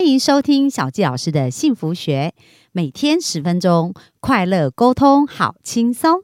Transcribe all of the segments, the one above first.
欢迎收听小纪老师的幸福学，每天10分钟，快乐沟通，好轻松。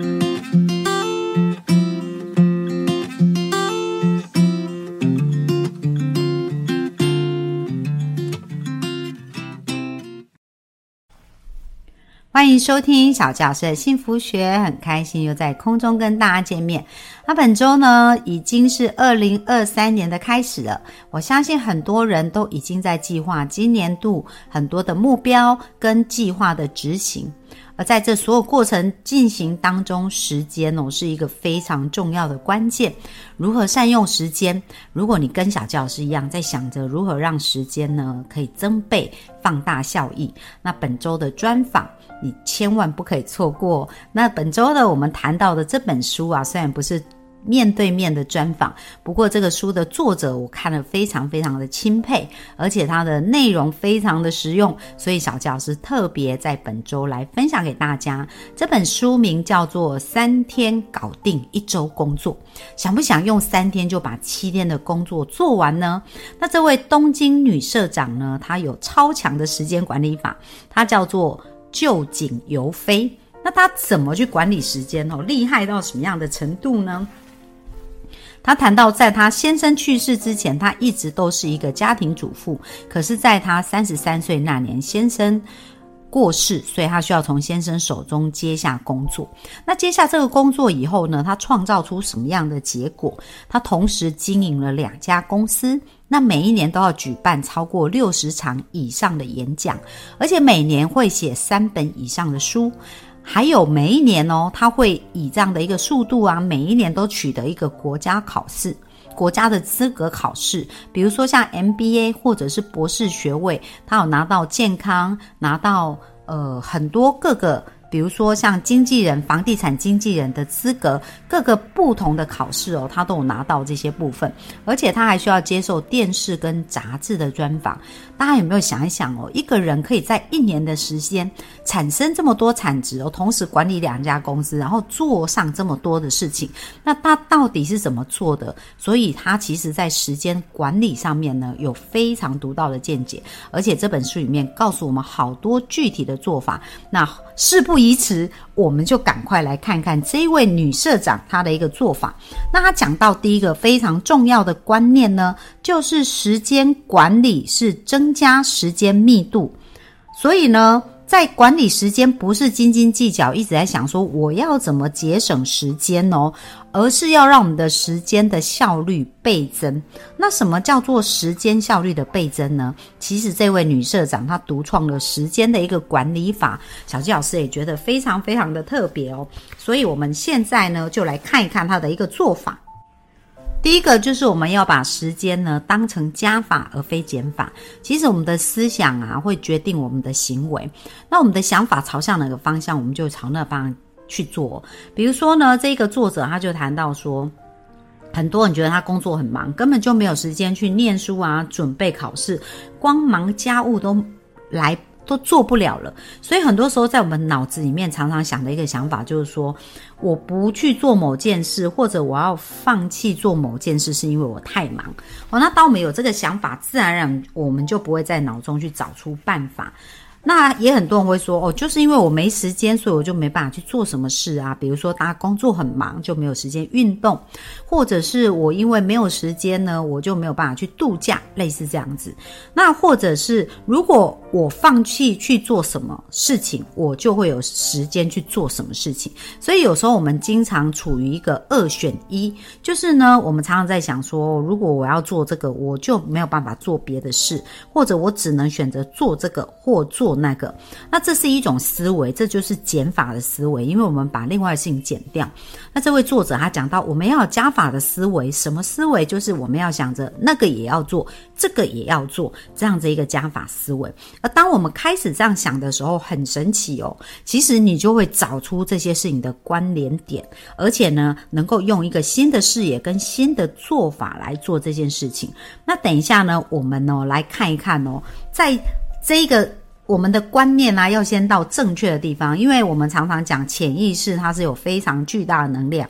欢迎收听小纪老师的幸福学，很开心又在空中跟大家见面。那本周呢，已经是2023年的开始了，我相信很多人都已经在计划今年度很多的目标跟计划的执行。而在这所有过程进行当中，时间是一个非常重要的关键。如何善用时间？如果你跟小纪老师一样在想着如何让时间呢可以增倍放大效益，那本周的专访你千万不可以错过。那本周呢，我们谈到的这本书啊，虽然不是面对面的专访，不过这个书的作者我看了非常非常的钦佩，而且它的内容非常的实用，所以小纪老师特别在本周来分享给大家。这本书名叫做3天搞定1周工作，想不想用3天就把7天的工作做完呢？那这位东京女社长呢，她有超强的时间管理法，她叫做就井由飞。那她怎么去管理时间厉害到什么样的程度呢？她谈到在她先生去世之前，她一直都是一个家庭主妇，可是在她33岁那年，先生过世，所以她需要从先生手中接下工作。那接下这个工作以后呢，她创造出什么样的结果？她同时经营了2家公司，那每一年都要举办超过60场以上的演讲，而且每年会写3本以上的书。还有每一年他会以这样的一个速度啊，每一年都取得一个国家考试，国家的资格考试，比如说像 MBA 或者是博士学位，他有拿到健康，拿到很多各个，比如说像经纪人、房地产经纪人的资格，各个不同的考试他都有拿到这些部分，而且他还需要接受电视跟杂志的专访。大家有没有想一想一个人可以在1年的时间产生这么多产值同时管理2家公司，然后做上这么多的事情，那他到底是怎么做的？所以他其实在时间管理上面呢，有非常独到的见解，而且这本书里面告诉我们好多具体的做法。那事不宜迟，我们就赶快来看看这一位女社长她的一个做法。那她讲到第一个非常重要的观念呢，就是时间管理是增加时间密度。所以呢，在管理时间不是斤斤计较，一直在想说我要怎么节省时间而是要让我们的时间的效率倍增。那什么叫做时间效率的倍增呢？其实这位女社长她独创了时间的一个管理法，小纪老师也觉得非常非常的特别所以我们现在呢就来看一看她的一个做法。第一个就是我们要把时间呢当成加法而非减法。其实我们的思想啊会决定我们的行为，那我们的想法朝向哪个方向，我们就朝那个方向去做。比如说呢，这个作者他就谈到说，很多人觉得他工作很忙，根本就没有时间去念书啊，准备考试，光忙家务都做不了了。所以很多时候在我们脑子里面常常想的一个想法就是说，我不去做某件事，或者我要放弃做某件事是因为我太忙那当我们有这个想法，自然而然我们就不会在脑中去找出办法。那也很多人会说就是因为我没时间，所以我就没办法去做什么事啊。比如说大家工作很忙，就没有时间运动，或者是我因为没有时间呢，我就没有办法去度假，类似这样子。那或者是如果我放弃去做什么事情，我就会有时间去做什么事情。所以有时候我们经常处于一个2选1，就是呢我们常常在想说，如果我要做这个，我就没有办法做别的事，或者我只能选择做这个或做那个。那这是一种思维，这就是减法的思维，因为我们把另外的事情减掉。那这位作者他讲到，我们要有加法的思维。什么思维？就是我们要想着那个也要做，这个也要做，这样子一个加法思维。而当我们开始这样想的时候，很神奇其实你就会找出这些事情的关联点，而且呢能够用一个新的视野跟新的做法来做这件事情。那等一下呢，我们来看一看在这个我们的观念啊，要先到正确的地方，因为我们常常讲潜意识它是有非常巨大的能量，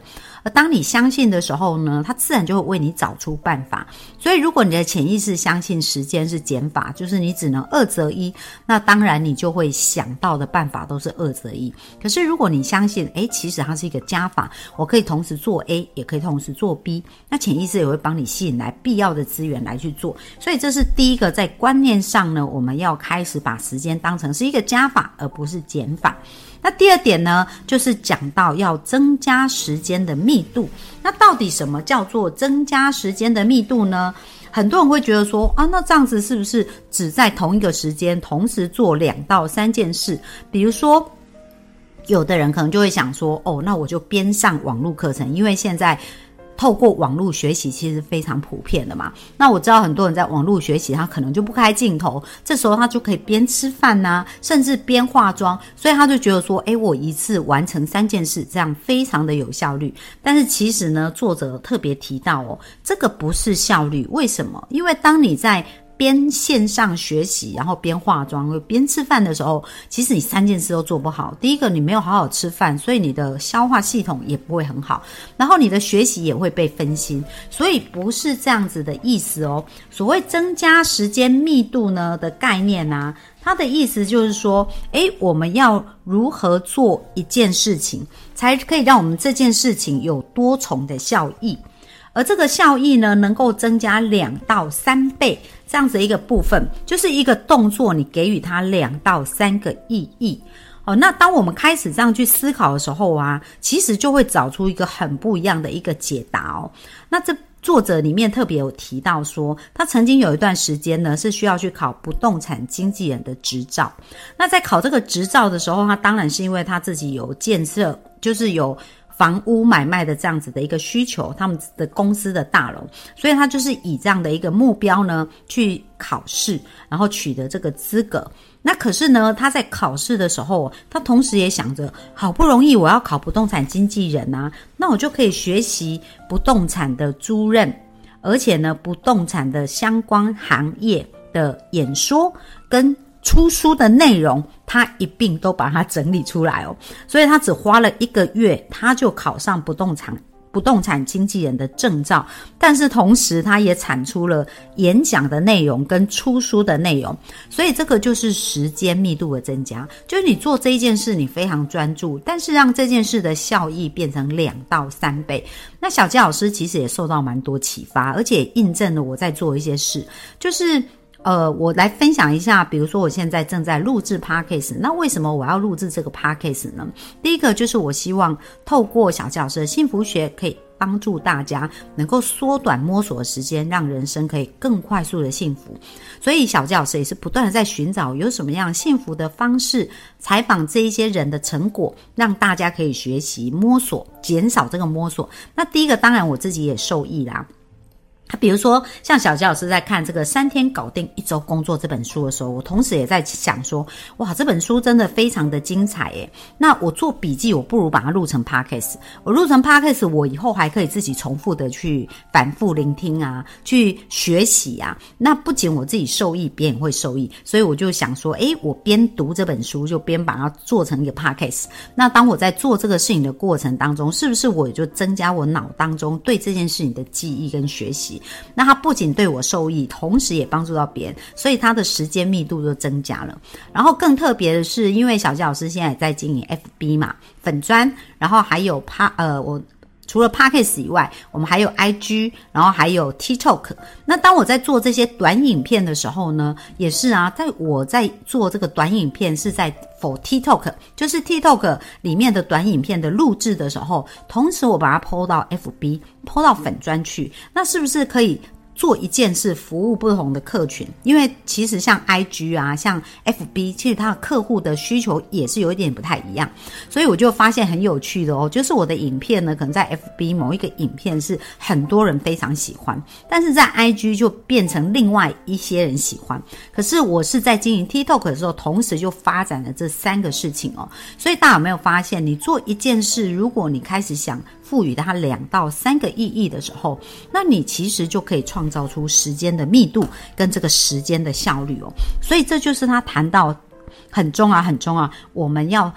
而当你相信的时候呢，它自然就会为你找出办法。所以如果你的潜意识相信时间是减法，就是你只能二择一，那当然你就会想到的办法都是二择一。可是如果你相信其实它是一个加法，我可以同时做 A 也可以同时做 B， 那潜意识也会帮你吸引来必要的资源来去做。所以这是第一个，在观念上呢，我们要开始把时间当成是一个加法而不是减法。那第二点呢，就是讲到要增加时间的密度。那到底什么叫做增加时间的密度呢？很多人会觉得说那这样子是不是只在同一个时间同时做2到3件事？比如说有的人可能就会想说那我就边上网络课程，因为现在透过网络学习其实非常普遍的嘛。那我知道很多人在网络学习，他可能就不开镜头，这时候他就可以边吃饭啊，甚至边化妆，所以他就觉得说我一次完成3件事，这样非常的有效率。但是其实呢，作者特别提到这个不是效率。为什么？因为当你在边线上学习，然后边化妆边吃饭的时候，其实你3件事都做不好。第一个，你没有好好吃饭，所以你的消化系统也不会很好，然后你的学习也会被分心，所以不是这样子的意思所谓增加时间密度呢的概念啊，它的意思就是说我们要如何做一件事情才可以让我们这件事情有多重的效益，而这个效益呢能够增加2到3倍，这样子一个部分，就是一个动作你给予它2到3个意义。那当我们开始这样去思考的时候啊，其实就会找出一个很不一样的一个解答那这作者里面特别有提到说，他曾经有一段时间呢是需要去考不动产经纪人的执照。那在考这个执照的时候，他当然是因为他自己有建设，就是有房屋买卖的这样子的一个需求，他们的公司的大楼，所以他就是以这样的一个目标呢去考试，然后取得这个资格。那可是呢，他在考试的时候，他同时也想着，好不容易我要考不动产经纪人啊，那我就可以学习不动产的租赁，而且呢，不动产的相关行业的演说跟出书的内容，他一并都把它整理出来所以他只花了1个月，他就考上不动产经纪人的证照，但是同时他也产出了演讲的内容跟出书的内容。所以这个就是时间密度的增加，就是你做这一件事你非常专注，但是让这件事的效益变成2到3倍。那小杰老师其实也受到蛮多启发，而且也印证了我在做一些事，就是我来分享一下，比如说我现在正在录制 Podcast， 那为什么我要录制这个 Podcast 呢？第一个就是我希望透过小杰老师的幸福学，可以帮助大家能够缩短摸索的时间，让人生可以更快速的幸福。所以小杰老师也是不断的在寻找有什么样幸福的方式，采访这一些人的成果，让大家可以学习摸索，减少这个摸索。那第一个当然我自己也受益啦。比如说像小杰老师在看这个3天搞定1周工作这本书的时候，我同时也在想说，哇，这本书真的非常的精彩耶。那我做笔记，我不如把它录成 Podcast， 我录成 Podcast， 我以后还可以自己重复的去反复聆听啊，去学习啊。那不仅我自己受益，别人会受益，所以我就想说我边读这本书就边把它做成一个 Podcast。 那当我在做这个事情的过程当中，是不是我也就增加我脑当中对这件事情的记忆跟学习？那它不仅对我受益，同时也帮助到别人，所以它的时间密度就增加了。然后更特别的是，因为小杰老师现在也在经营 FB 嘛，粉专，然后还有我除了 Podcast 以外，我们还有 IG， 然后还有 TikTok。 那当我在做这些短影片的时候呢，也是啊，我在做这个短影片是在 for TikTok， 就是 TikTok 里面的短影片的录制的时候，同时我把它 po 到 FB， po 到粉专去，那是不是可以做一件事，服务不同的客群？因为其实像 IG 啊，像 FB， 其实它的客户的需求也是有一点不太一样，所以我就发现很有趣的就是我的影片呢，可能在 FB 某一个影片是很多人非常喜欢，但是在 IG 就变成另外一些人喜欢。可是我是在经营 TikTok 的时候，同时就发展了这3个事情所以大家有没有发现，你做一件事，如果你开始想赋予它2到3个意义的时候，那你其实就可以创造出时间的密度跟这个时间的效率所以这就是他谈到很重要，我们要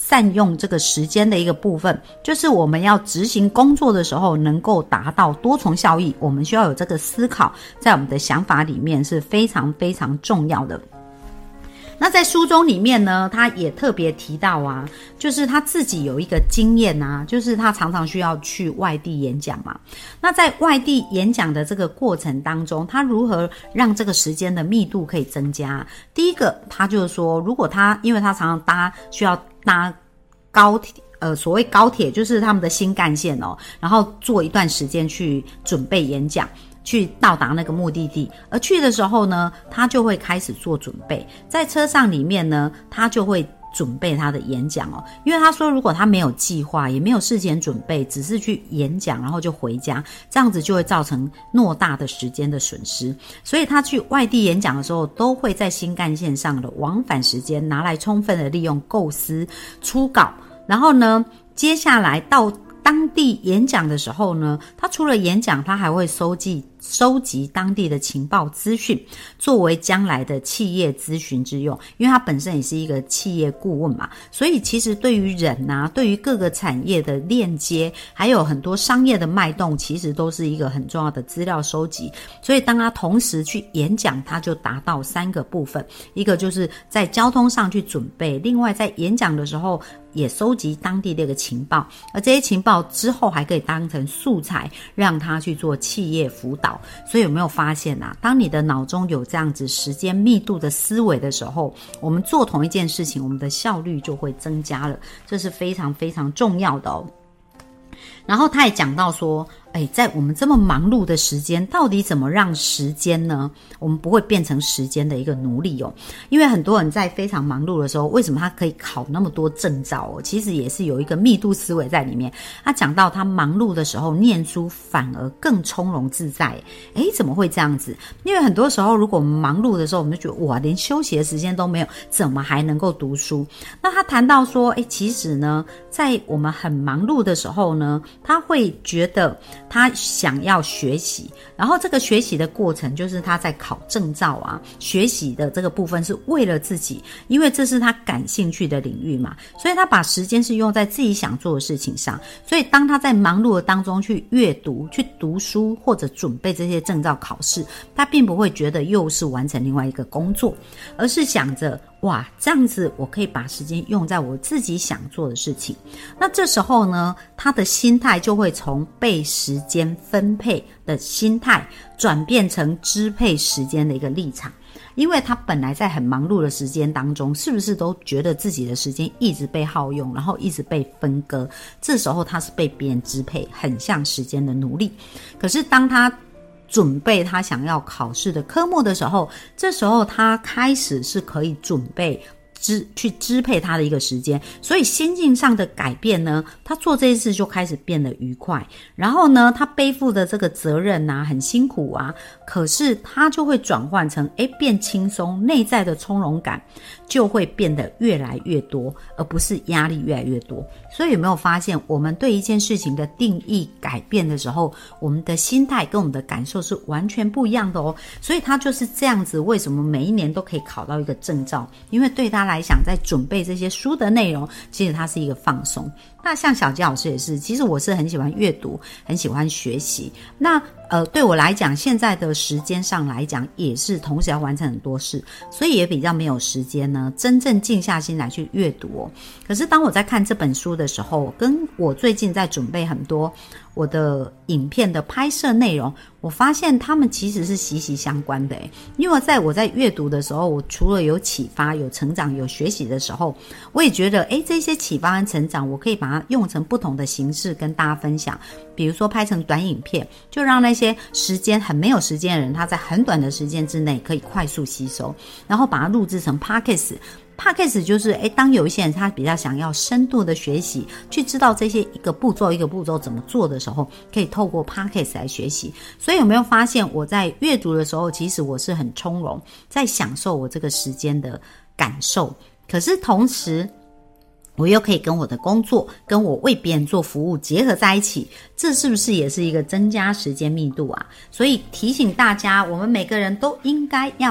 善用这个时间的一个部分，就是我们要执行工作的时候能够达到多重效益，我们需要有这个思考在我们的想法里面是非常非常重要的。那在书中里面呢，他也特别提到啊，就是他自己有一个经验啊，就是他常常需要去外地演讲嘛。那在外地演讲的这个过程当中，他如何让这个时间的密度可以增加？第一个，他就是说，如果因为他常常需要搭高铁。所谓高铁就是他们的新干线哦，然后做一段时间去准备演讲，去到达那个目的地。而去的时候呢，他就会开始做准备，在车上里面呢，他就会准备他的演讲哦，因为他说如果他没有计划，也没有事前准备，只是去演讲然后就回家，这样子就会造成偌大的时间的损失。所以他去外地演讲的时候，都会在新干线上的往返时间拿来充分的利用构思、初稿。然后呢，接下来到当地演讲的时候呢，他除了演讲，他还会收集当地的情报资讯，作为将来的企业咨询之用。因为他本身也是一个企业顾问嘛，所以其实对于人啊，对于各个产业的链接，还有很多商业的脉动，其实都是一个很重要的资料收集。所以当他同时去演讲，他就达到3个部分，一个就是在交通上去准备，另外在演讲的时候也收集当地的一个情报，而这些情报之后还可以当成素材，让他去做企业辅导。所以有没有发现啊，当你的脑中有这样子时间密度的思维的时候，我们做同一件事情，我们的效率就会增加了，这是非常非常重要的哦。然后他也讲到说，在我们这么忙碌的时间，到底怎么让时间呢，我们不会变成时间的一个奴隶哦？因为很多人在非常忙碌的时候，为什么他可以考那么多证照哦？其实也是有一个密度思维在里面。他讲到他忙碌的时候念书反而更从容自在，怎么会这样子？因为很多时候如果我们忙碌的时候，我们就觉得哇，连休息的时间都没有，怎么还能够读书？那他谈到说，其实呢，在我们很忙碌的时候呢，他会觉得他想要学习，然后这个学习的过程就是他在考证照啊，学习的这个部分是为了自己，因为这是他感兴趣的领域嘛，所以他把时间是用在自己想做的事情上。所以当他在忙碌的当中去阅读、去读书或者准备这些证照考试，他并不会觉得又是完成另外一个工作，而是想着哇，这样子我可以把时间用在我自己想做的事情。那这时候呢，他的心态就会从被时间分配的心态转变成支配时间的一个立场。因为他本来在很忙碌的时间当中，是不是都觉得自己的时间一直被耗用，然后一直被分割，这时候他是被别人支配，很像时间的奴隶。可是当他准备他想要考试的科目的时候，这时候他开始是可以准备去支配他的一个时间，所以心境上的改变呢，他做这件事就开始变得愉快。然后呢，他背负的这个责任啊，很辛苦啊，可是他就会转换成变轻松，内在的从容感就会变得越来越多，而不是压力越来越多。所以有没有发现，我们对一件事情的定义改变的时候，我们的心态跟我们的感受是完全不一样的哦。所以他就是这样子，为什么每一年都可以考到一个证照？因为对他来讲，在准备这些书的内容，其实它是一个放松。那像小杰老师也是，其实我是很喜欢阅读，很喜欢学习。那对我来讲，现在的时间上来讲，也是同时要完成很多事，所以也比较没有时间呢，真正静下心来去阅读哦。可是当我在看这本书的时候，跟我最近在准备很多我的影片的拍摄内容，我发现他们其实是息息相关的因为我在阅读的时候，我除了有启发、有成长、有学习的时候，我也觉得这些启发和成长，我可以把它用成不同的形式跟大家分享。比如说拍成短影片，就让那些时间很没有时间的人，他在很短的时间之内可以快速吸收，然后把它录制成 Podcast 就是当有一些人他比较想要深度的学习，去知道这些一个步骤一个步骤怎么做的时候，可以透过 Podcast 来学习。所以有没有发现，我在阅读的时候，其实我是很从容，在享受我这个时间的感受，可是同时我又可以跟我的工作，跟我为别人做服务结合在一起，这是不是也是一个增加时间密度啊？所以提醒大家，我们每个人都应该要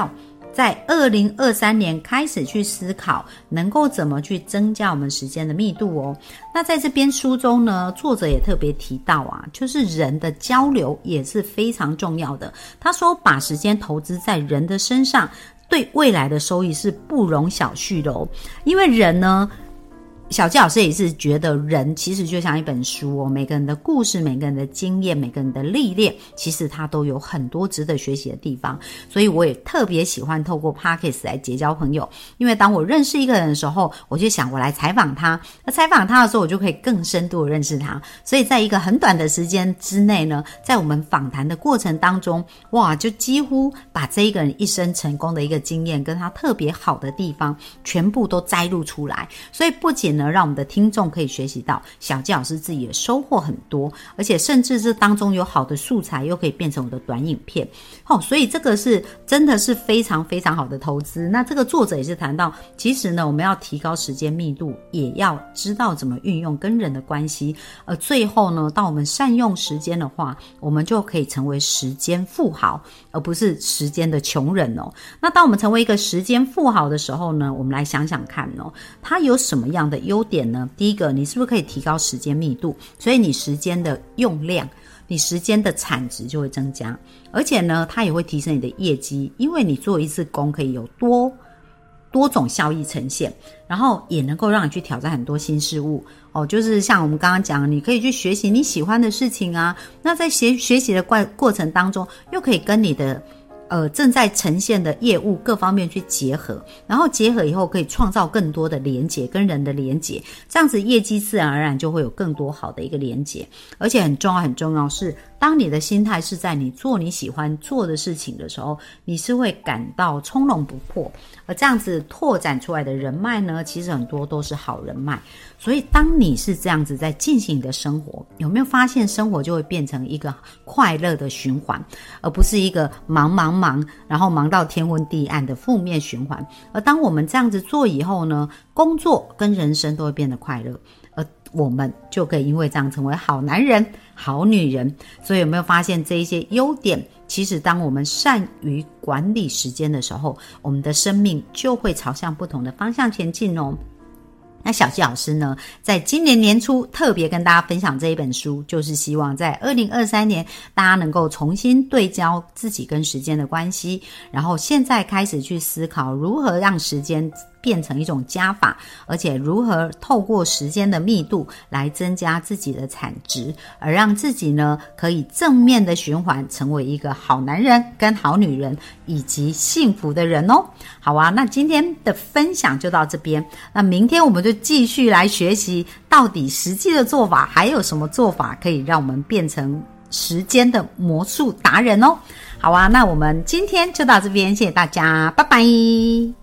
在2023年开始去思考能够怎么去增加我们时间的密度哦。那在这边书中呢，作者也特别提到啊，就是人的交流也是非常重要的。他说把时间投资在人的身上，对未来的收益是不容小觑的哦。因为人呢，小纪老师也是觉得人其实就像一本书哦，每个人的故事，每个人的经验，每个人的历练，其实他都有很多值得学习的地方。所以我也特别喜欢透过 Podcast 来结交朋友，因为当我认识一个人的时候，我就想我来采访他，那采访他的时候我就可以更深度的认识他。所以在一个很短的时间之内呢，在我们访谈的过程当中，哇，就几乎把这一个人一生成功的一个经验跟他特别好的地方全部都摘录出来。所以不仅让我们的听众可以学习到，小纪老师自己也收获很多，而且甚至这当中有好的素材又可以变成我的短影片所以这个是真的是非常非常好的投资。那这个作者也是谈到，其实呢，我们要提高时间密度，也要知道怎么运用跟人的关系，而最后呢，当我们善用时间的话，我们就可以成为时间富豪，而不是时间的穷人哦。那当我们成为一个时间富豪的时候呢，我们来想想看哦，它有什么样的优点呢？第一个，你是不是可以提高时间密度？所以你时间的用量，你时间的产值就会增加，而且呢，它也会提升你的业绩，因为你做一次工可以有多种效益呈现，然后也能够让你去挑战很多新事物就是像我们刚刚讲，你可以去学习你喜欢的事情啊，那在学习的过程当中，又可以跟你的正在呈现的业务各方面去结合，然后结合以后可以创造更多的连结，跟人的连结，这样子业绩自然而然就会有更多好的一个连结。而且很重要是，当你的心态是在你做你喜欢做的事情的时候，你是会感到从容不迫，而这样子拓展出来的人脉呢，其实很多都是好人脉。所以当你是这样子在进行你的生活，有没有发现生活就会变成一个快乐的循环，而不是一个忙，然后忙到天昏地暗的负面循环。而当我们这样子做以后呢，工作跟人生都会变得快乐，而我们就可以因为这样成为好男人、好女人。所以有没有发现这一些优点？其实当我们善于管理时间的时候，我们的生命就会朝向不同的方向前进哦。那小纪老师呢，在今年年初特别跟大家分享这一本书，就是希望在2023年大家能够重新对焦自己跟时间的关系，然后现在开始去思考如何让时间变成一种加法，而且如何透过时间的密度来增加自己的产值，而让自己呢可以正面的循环，成为一个好男人跟好女人以及幸福的人哦。好啊，那今天的分享就到这边，那明天我们就继续来学习到底实际的做法还有什么做法可以让我们变成时间的魔术达人哦。好啊，那我们今天就到这边，谢谢大家，拜拜。